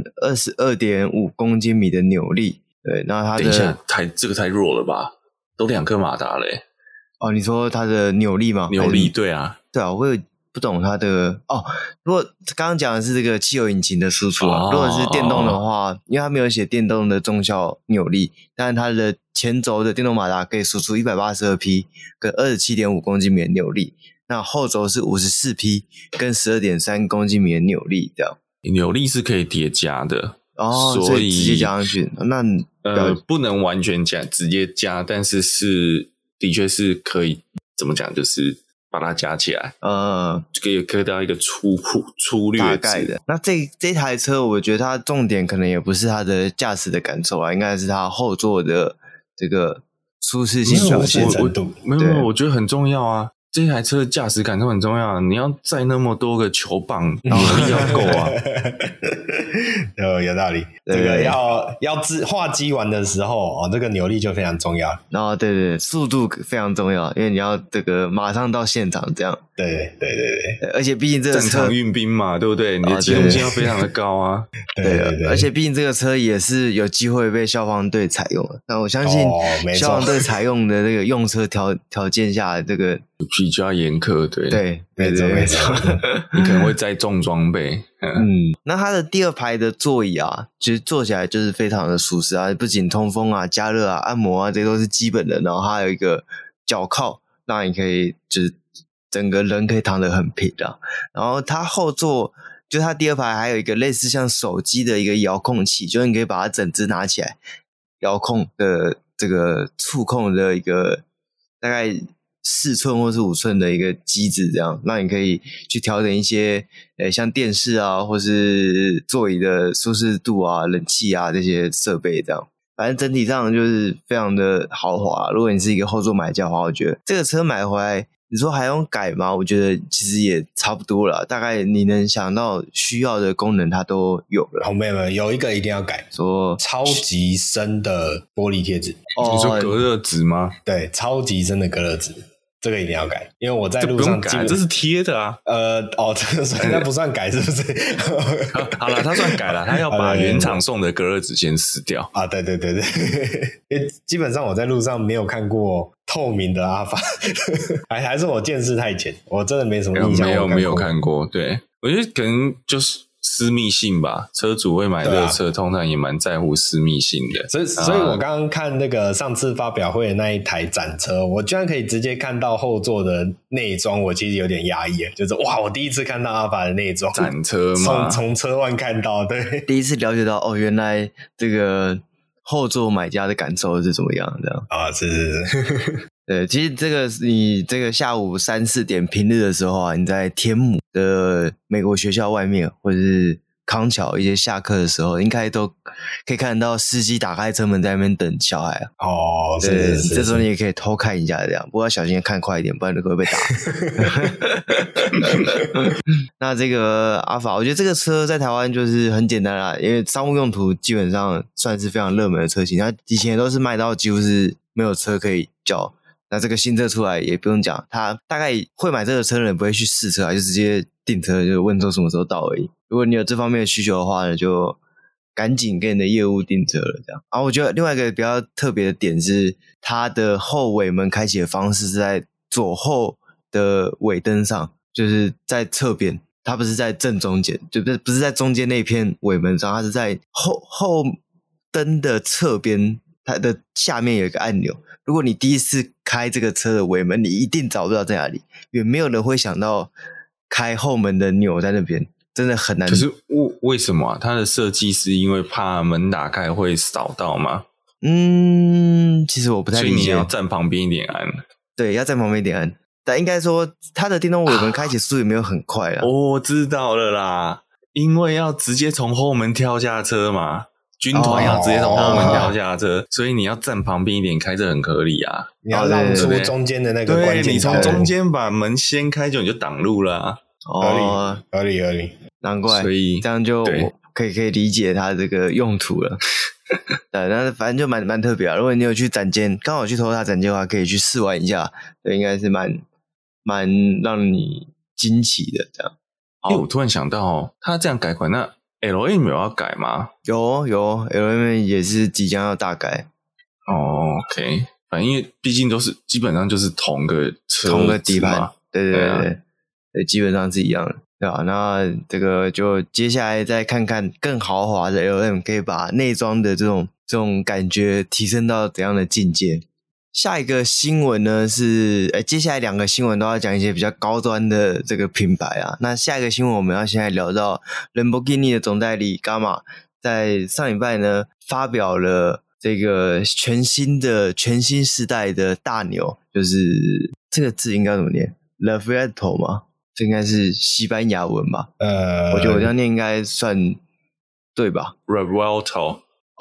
S1: 22.5 公斤米的扭力。对，那它的
S3: 等一下这个太弱了吧？都2颗马达嘞。
S1: 你说它的扭力吗？
S3: 扭力对啊，
S1: 我有不懂它的如果刚刚讲的是这个汽油引擎的输出如果是电动的话因为它没有写电动的重效扭力，但是它的前轴的电动马达可以输出182匹跟 27.5 公斤米的扭力，那后轴是54匹跟 12.3 公斤米的扭力这样。
S3: 扭力是可以叠加的
S1: 所以直接加上去那
S3: 不能完全直接加，但是的确是可以怎么讲，就是把它加起来可以得到一个粗略
S1: 大概的。那这台车我觉得它重点可能也不是它的驾驶的感受应该是它后座的这个舒适性表现程度。
S3: 没有，我觉得很重要啊，这台车的驾驶感受很重要，你要载那么多个球棒扭力要够啊
S2: 有道理。这个要画机完的时候这个扭力就非常重要。
S1: 对，速度非常重要，因为你要这个马上到现场这样。
S2: 对，
S1: 而且毕竟这个车
S3: 战场运兵嘛，对不对？你的机动性要非常的高啊。
S1: 对，而且毕竟这个车也是有机会被消防队采用的。那我相信消防队采用的这个用车条件下，这个
S3: 比较严苛，对
S1: 对，
S2: 没错没错，
S3: 你可能会再重装备。
S1: 那它的第二排的座椅啊，其实坐起来就是非常的舒适啊，不仅通风啊、加热啊、按摩啊，这些都是基本的。然后它有一个脚靠，让你可以就是整个人可以躺得很平啊。然后它后座就它第二排还有一个类似像手机的一个遥控器，就是你可以把它整只拿起来，遥控的这个触控的一个大概4寸或是5寸的一个机子，这样让你可以去调整一些像电视啊或是座椅的舒适度啊、冷气啊这些设备这样。反正整体上就是非常的豪华。如果你是一个后座买家的话，我觉得这个车买回来你说还用改吗？我觉得其实也差不多了，大概你能想到需要的功能它都有了。
S2: 没有一个一定要改，
S1: 说
S2: 超级深的玻璃贴纸。
S3: 你说隔热纸吗？
S2: 对，超级深的隔热纸，这个一定要改，因为我在路
S3: 这
S2: 上
S3: 不用改，这是贴的啊。
S2: 这个算那不算改是不是？
S3: 好了，他算改了，他要把原厂送的隔热纸先撕掉
S2: 啊。对，因为基本上我在路上没有看过透明的阿法，还是我见识太浅，我真的没什么印象。
S3: 没有看过。对，我觉得可能就是私密性吧，车主会买这个车，通常也蛮在乎私密性的。
S2: 所以我刚刚看那个上次发表会的那一台展车，我居然可以直接看到后座的内装，我其实有点压抑，就是哇，我第一次看到阿法的内装
S3: 展车嘛，
S2: 从车外看到，对，
S1: 第一次了解到原来这个后座买家的感受是怎么样这样
S2: 啊，是。
S1: 对，其实你这个下午3、4点平日的时候啊，你在天母的美国学校外面，或者是康桥一些下课的时候，应该都可以看到司机打开车门在那边等小孩啊。
S2: 是，
S1: 这时候你也可以偷看一下这样，不过要小心看快一点，不然你会被打。那这个阿法，我觉得这个车在台湾就是很简单啦，因为商务用途基本上算是非常热门的车型，它以前都是卖到几乎是没有车可以叫。那这个新车出来也不用讲，他大概会买这个车的人不会去试车，就直接订车，就问说什么时候到而已。如果你有这方面的需求的话呢，就赶紧跟你的业务订车了这样。然后我觉得另外一个比较特别的点是，它的后尾门开启的方式是在左后的尾灯上，就是在侧边，它不是在正中间，就不是在中间那片尾门上，它是在后灯的侧边，它的下面有一个按钮。如果你第一次开这个车的尾门，你一定找不到在哪里，因为没有人会想到开后门的钮在那边，真的很难。
S3: 可是为什么啊？它的设计是因为怕门打开会扫到吗？
S1: 其实我不太理解。
S3: 所以你要站旁边一点按。
S1: 对，要站旁边一点按。但应该说，它的电动尾门开启速度也没有很快啦。
S3: 我知道了啦，因为要直接从后门跳下车嘛。军团要直接从后门跳下车，所以你要站旁边一点开，这很合理啊。
S2: 你要让出中间的那个关键，
S3: 对，你从中间把门掀开，你就挡路了啊。
S2: 合理，
S1: 难怪，所以这样就可以理解它这个用途了。对，那反正就蛮特别啊。如果你有去展间，刚好去Toyota展间的话，可以去试玩一下，对，应该是蛮让你惊奇的这样。
S3: 我突然想到，他这样改款那。LM 有要改吗？
S1: 有 LM 也是即将要大改。
S3: OK， 反正因为毕竟都是基本上就是同个车
S1: 同个底盘，对，基本上是一样的，对吧？那这个就接下来再看看更豪华的 LM 可以把内装的这种感觉提升到怎样的境界。下一个新闻呢是，接下来2个新闻都要讲一些比较高端的这个品牌啊。那下一个新闻我们要现在聊到 Lamborghini 的总代理 Gamma 在上礼拜呢发表了这个全新世代的大牛，就是这个字应该怎么念 ？Revuelto 吗？这应该是西班牙文吧？我觉得我这样念应该算对吧
S3: ？Revuelto。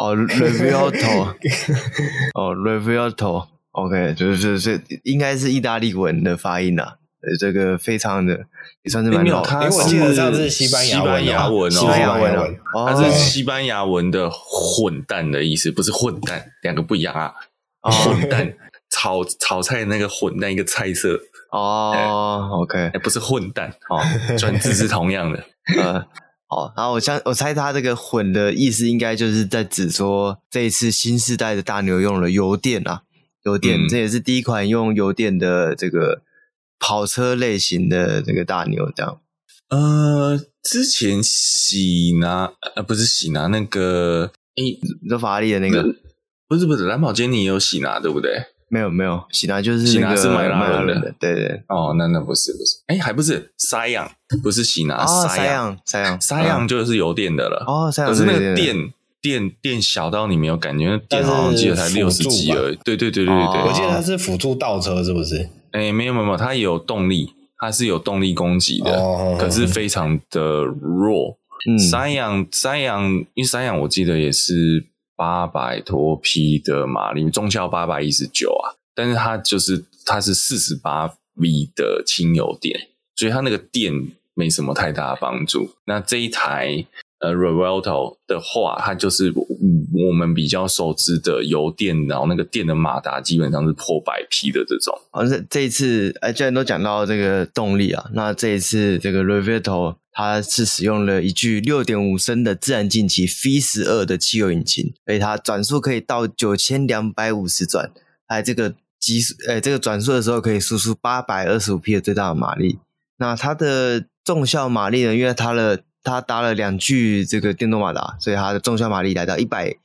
S1: Revuelto。OK， 就是应该是意大利文的发音啦，这个非常的也算是蛮老的，
S2: 因为我记得上是西班牙文，
S3: 它是西班牙文的混蛋的意思，不是混蛋，两个不一样啊。混蛋，炒菜那个混蛋一个菜色
S1: OK，
S3: 不是混蛋转字是同样的。
S1: 好，然后我猜他这个混的意思应该就是在指说这一次新世代的大牛用了油电啊。油电，这也是第一款用油电的这个跑车类型的这个大牛这样。
S3: 之前喜拿不是喜拿那个
S1: 你说法拉利的那个
S3: 不是兰博基尼也有喜拿对不对？
S1: 没有，喜拿就是那个
S3: 是迈拉伦
S1: 的，对。
S3: 哦，那不是，还不是Scion，不是喜拿，Scion就是油电的了。
S1: 哦，Scion，
S3: 可是那个电小到你没有感觉，电好像记得才60几而已。对，
S2: 我记得它是辅助倒车，是不是？
S3: 没有，它有动力，它是有动力攻击的，可是非常的弱。Scion，因为 Scion 我记得也是800多匹的马力，中效819啊，但是它是48V 的轻油电，所以它那个电没什么太大的帮助。那这一台Revuelto 的话，它就是我们比较熟知的油电，然后那个电的马达基本上是破100匹的这种。
S1: 这一次既然都讲到这个动力啊，那这一次这个 Revuelto 它是使用了一具 6.5 升的自然进气 V12 的汽油引擎，所以它转速可以到9250转，这个这个转速的时候可以输出825匹的最大的马力。那它的重效马力呢，因为它搭了2具这个电动马达，所以它的重效马力来到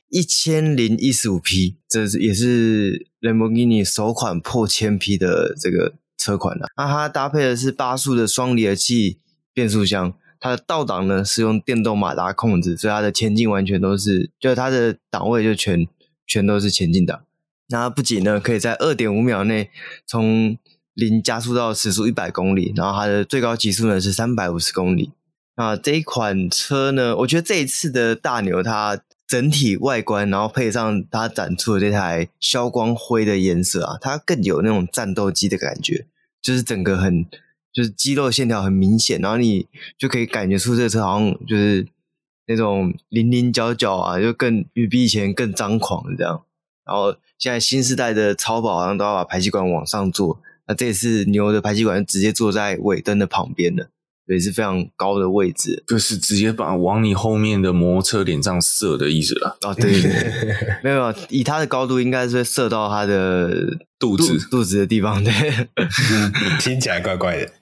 S1: 1015匹，这也是兰博基尼首款破1000匹的这个车款了。那它搭配的是8速的双离合器变速箱，它的倒档呢是用电动马达控制，所以它的前进完全都是，就是它的档位就全都是前进档。那它不仅呢可以在 2.5 秒内从0加速到时速100公里，然后它的最高极速呢是350公里。那这一款车呢，我觉得这一次的大牛它整体外观，然后配上它展出的这台消光灰的颜色啊，它更有那种战斗机的感觉，就是整个就是肌肉线条很明显，然后你就可以感觉出这个车好像就是那种棱棱角角啊，就比以前更张狂这样。然后现在新世代的超跑好像都要把排气管往上做，那这次牛的排气管直接坐在尾灯的旁边了，所以是非常高的位置，
S3: 就是直接把往你后面的摩托车脸上射的意思啦。
S1: 对，没有，以它的高度应该是会射到它的肚子的地方，对。
S2: 听起来怪怪的。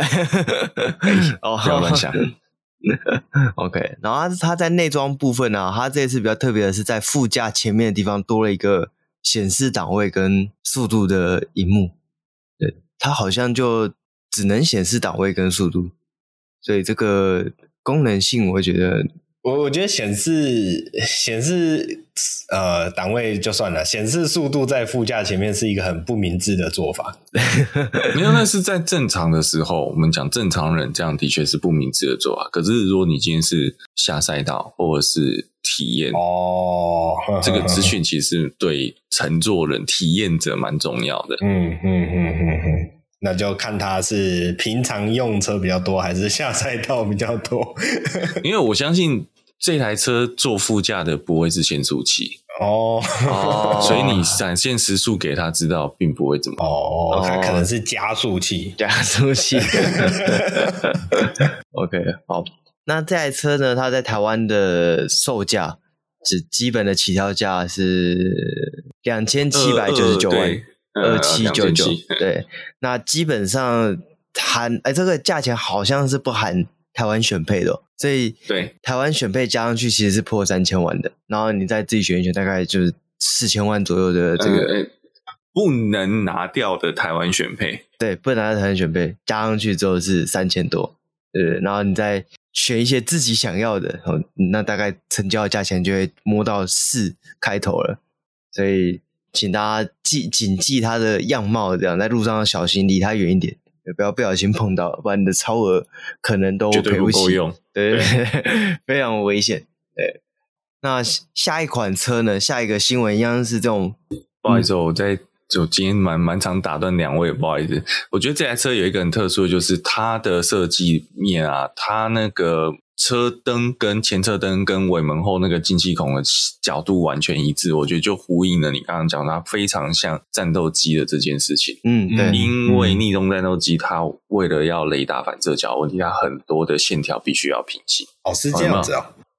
S3: 不要乱想。
S1: OK， 然后它在内装部分啊，它这次比较特别的是在副驾前面的地方多了一个显示档位跟速度的萤幕，对，它好像就只能显示档位跟速度，所以这个功能性我会觉得，
S2: 我觉得显示档位就算了，显示速度在副驾前面是一个很不明智的做法。
S3: 没有，那是在正常的时候，我们讲正常人这样的确是不明智的做法。可是如果你今天是下赛道或者是体验这个资讯其实对乘坐人体验者蛮重要的。
S2: 那就看他是平常用车比较多还是下赛道比较多。
S3: 因为我相信这台车坐副驾的不会是限速器所以你展现时速给他知道并不会怎么
S2: 它可能是加速器
S1: OK， 好，那这台车呢，它在台湾的售价基本的起跳价是2799万2799，对，那基本上这个价钱好像是不含台湾选配的所以
S3: 对
S1: 台湾选配加上去其实是破3000万的，然后你再自己选一选，大概就是4000万左右的这个
S3: 不能拿掉的台湾选配，
S1: 对，不能拿掉台湾选配加上去之后是3000多，对，然后你再选一些自己想要的，那大概成交的价钱就会摸到4开头了，所以请大家谨记它的样貌，这样在路上要小心，离它远一点，不小心碰到，不然你的超额可能都赔不起，
S3: 绝对不够用，
S1: 对，非常危险。对，那下一款车呢？下一个新闻一样是这种，
S3: 不好意思，我今天蛮常打断两位，不好意思。我觉得这台车有一个很特殊的，就是它的设计面啊，它那个车灯跟前车灯跟尾门后那个进气孔的角度完全一致，我觉得就呼应了你刚刚讲它非常像战斗机的这件事情。
S1: 对，
S3: 因为逆动战斗机它为了要雷达反射角问题，它很多的线条必须要平行。
S2: 是这样子啊。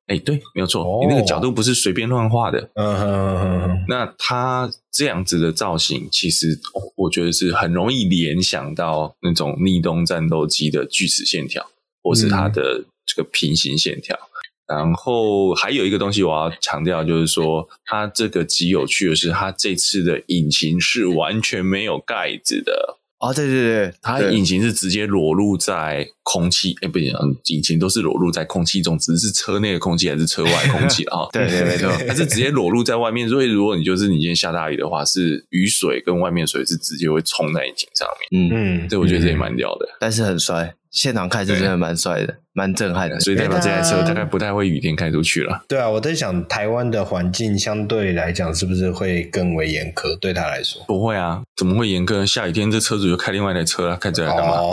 S3: 对，没有错，你那个角度不是随便乱画的。那它这样子的造型，其实我觉得是很容易联想到那种逆动战斗机的锯齿线条，或是它的这个平行线条。然后还有一个东西我要强调，就是说它这个极有趣的是，它这次的引擎是完全没有盖子的。
S1: 对对对，
S3: 它引擎是直接裸露在空气，不行，引擎都是裸露在空气中，只是车内的空气还是车外空气啊？
S1: 对对，没错，
S3: 它是直接裸露在外面，所以如果你今天下大雨的话，是雨水跟外面水是直接会冲在引擎上面。这我觉得这也蛮屌的，
S1: 但是很帅，现场开是真的蛮帅的，蛮震撼的。
S3: 所以代表这台车大概不太会雨天开出去了。
S2: 对啊，我在想台湾的环境相对来讲是不是会更为严苛？对他来说
S3: 不会啊，怎么会严苛？下雨天这车主就开另外一台车啊，开这来干嘛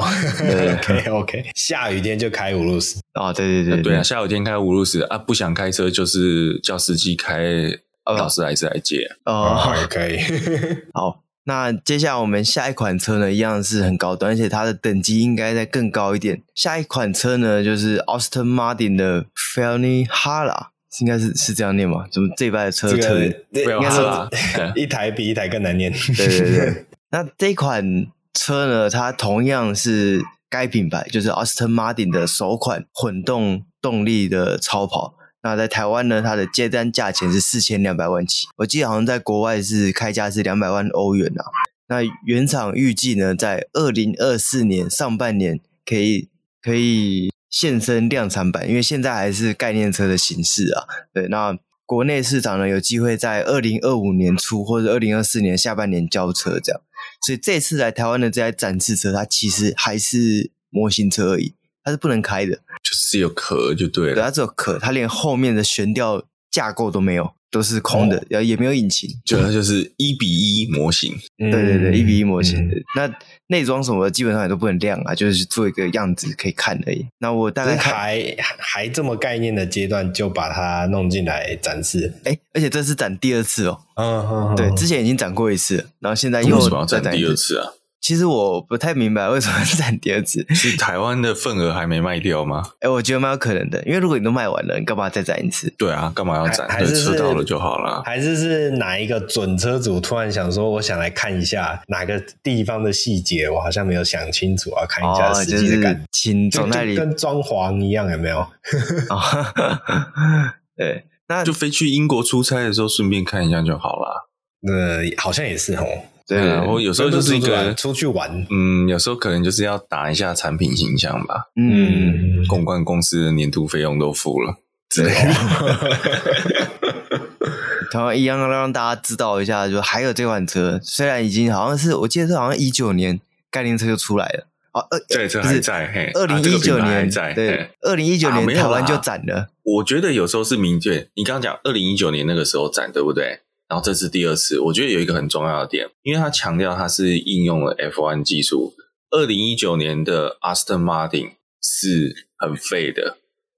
S2: ？OK， 下雨天就开五路斯
S3: 对啊，下雨天开五路斯啊，不想开车就是叫司机开劳斯莱斯来接
S2: 也可以。
S1: 好。那接下来我们下一款车呢，一样是很高端，而且它的等级应该再更高一点。下一款车呢，就是 Aston Martin 的 Valhalla， 应该是这样念吗？怎么这一代的车特别？
S2: 应该说一台比一台更难念。
S1: 对。那这款车呢，它同样是该品牌，就是 Aston Martin 的首款混动动力的超跑。那在台湾呢，它的接单价钱是4200万起，我记得好像在国外是开价是200万欧元啊。那原厂预计呢，在2024年上半年可以现身量产版，因为现在还是概念车的形式啊。对，那国内市场呢，有机会在2025年初或者2024年下半年交车这样。所以这次来台湾的这台展示车，它其实还是模型车而已，它是不能开的，
S3: 就是有壳就对了。
S1: 对，它只有壳，它连后面的悬吊架构都没有，都是空的，也没有引擎，
S3: 它就是1:1模型。
S1: 对1:1模型。那内装什么的基本上也都不能亮啊，就是做一个样子可以看而已。那我大概
S2: 还这么概念的阶段就把它弄进来展示，
S1: 而且这是展第二次哦。对，之前已经展过一次，然后现在又
S3: 为什么要展第二次啊？
S1: 其实我不太明白为什么要展第二次，
S3: 是台湾的份额还没卖掉吗？
S1: 我觉得蛮有可能的，因为如果你都卖完了，你干嘛再展一次？
S3: 对啊，干嘛要展？对，车到了就好了。
S2: 还是哪一个准车主突然想说，我想来看一下哪个地方的细节，我好像没有想清楚，要看一下实际的感觉。
S1: 请总代理
S2: 跟装潢一样，有没有？
S1: 对，那
S3: 就飞去英国出差的时候顺便看一下就好了。
S2: 好像也是哦。
S3: 对啊，我有时候就是一个
S2: 出去玩，
S3: 有时候可能就是要打一下产品形象吧。公关公司的年度费用都付了，对。
S1: 同样一样让大家知道一下，就还有这款车，虽然已经好像是我记得是好像19年概念车就出来了
S3: 对，这还在
S1: 2019年对2019年台湾就展了。
S3: 我觉得有时候是明确，你刚刚讲2019年那个时候展，对不对？然后这是第二次，我觉得有一个很重要的点，因为他强调他是应用了 F1 技术。2019年的 Aston Martin 是很废的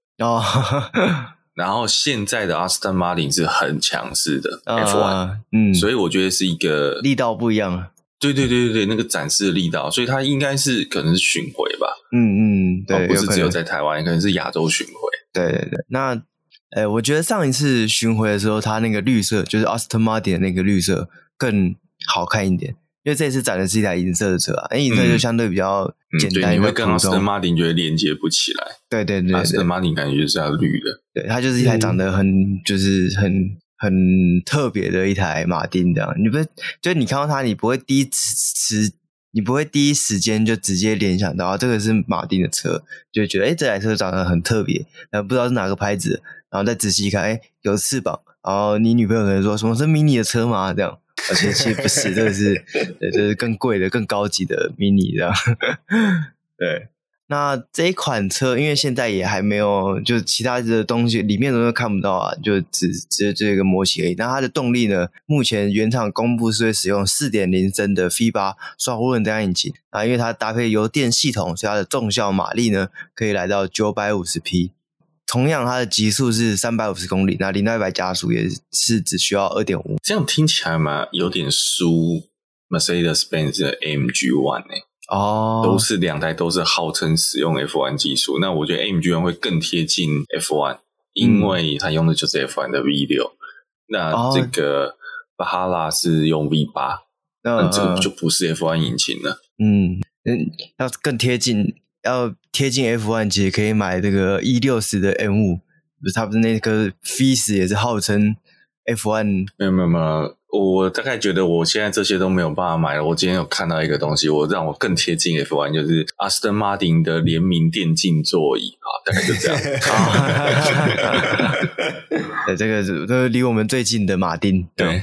S3: 然后现在的 Aston Martin 是很强势的 F1，所以我觉得是一个
S1: 力道不一样了。
S3: 对，那个展示的力道，所以它应该是可能是巡回吧。
S1: 对，
S3: 不是只有在台湾，可能是亚洲巡回。
S1: 对，那我觉得上一次巡回的时候，它那个绿色就是 Aston Martin 的那个绿色更好看一点，因为这次展的是一台银色的车啊，银色就相对比较简单，
S3: 你会跟 Aston Martin 觉得连接不起来。
S1: 对
S3: ，Aston Martin 感觉就是要绿的。
S1: 对，它就是一台长得就是很特别的一台马丁这样。就是你看到它，你不会第一时间就直接联想到这个是马丁的车，就会觉得这台车长得很特别，不知道是哪个牌子的，然后再仔细看，有翅膀，然后你女朋友可能说什么是 mini 的车吗？这样，而且其实不是，这个是就是更贵的、更高级的 mini 这样。对，那这一款车，因为现在也还没有，就其他的东西里面都看不到啊，就只这个模型而已。那它的动力呢，目前原厂公布是会使用 4.0 升的 V8 双涡轮增压引擎啊，因为它搭配油电系统，所以它的重效马力呢可以来到950匹。同样，它的极速是350公里，那0到100加速也是只需要 2.5。
S3: 这样听起来嘛，有点输 Mercedes-Benz 的 AMG One 都是两台都是号称使用 F1 技术，那我觉得 AMG One 会更贴近 F1， 因为它用的就是 F1 的 V6，那这个巴哈拉是用 V8，那这个就不是 F1 引擎了。
S1: 要更贴近 F1， 其实可以买这个160的 M5， 它不是那个 Fizz 也是号称 F1。
S3: 没有，我大概觉得我现在这些都没有办法买了。我今天有看到一个东西，让我更贴近 F1， 就是 Aston Martin 的联名电竞座椅啊，大概就这样。
S1: 对，这个是离我们最近的马丁。对。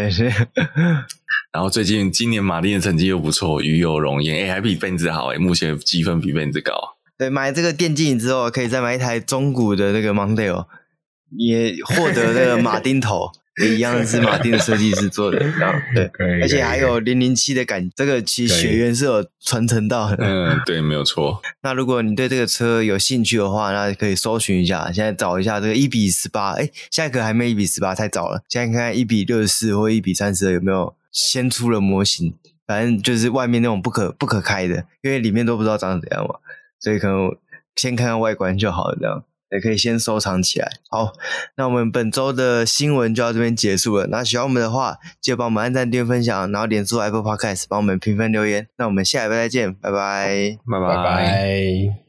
S3: 然后今年马丁的成绩又不错，与有荣焉，还比Benz好目前积分比Benz高。
S1: 对，买这个电竞椅之后，可以再买一台中古的那个 Mondeo， 也获得那个马丁头。也一样是马丁的设计师做的，对，而且还有007的这个其实血缘是有传承到的。
S3: 对，没有错。
S1: 那如果你对这个车有兴趣的话，那可以搜寻一下，现在找一下这个1:18，下一个还没1:18，太早了。现在看看1:64或1:32有没有先出了模型，反正就是外面那种不可开的，因为里面都不知道长怎样嘛，所以可能先看看外观就好了，这样。也可以先收藏起来。好，那我们本周的新闻就到这边结束了。那喜欢我们的话，记得帮我们按赞、订阅、分享，然后脸书 Apple Podcast 帮我们评分留言。那我们下礼拜再见，拜拜，
S3: 拜拜。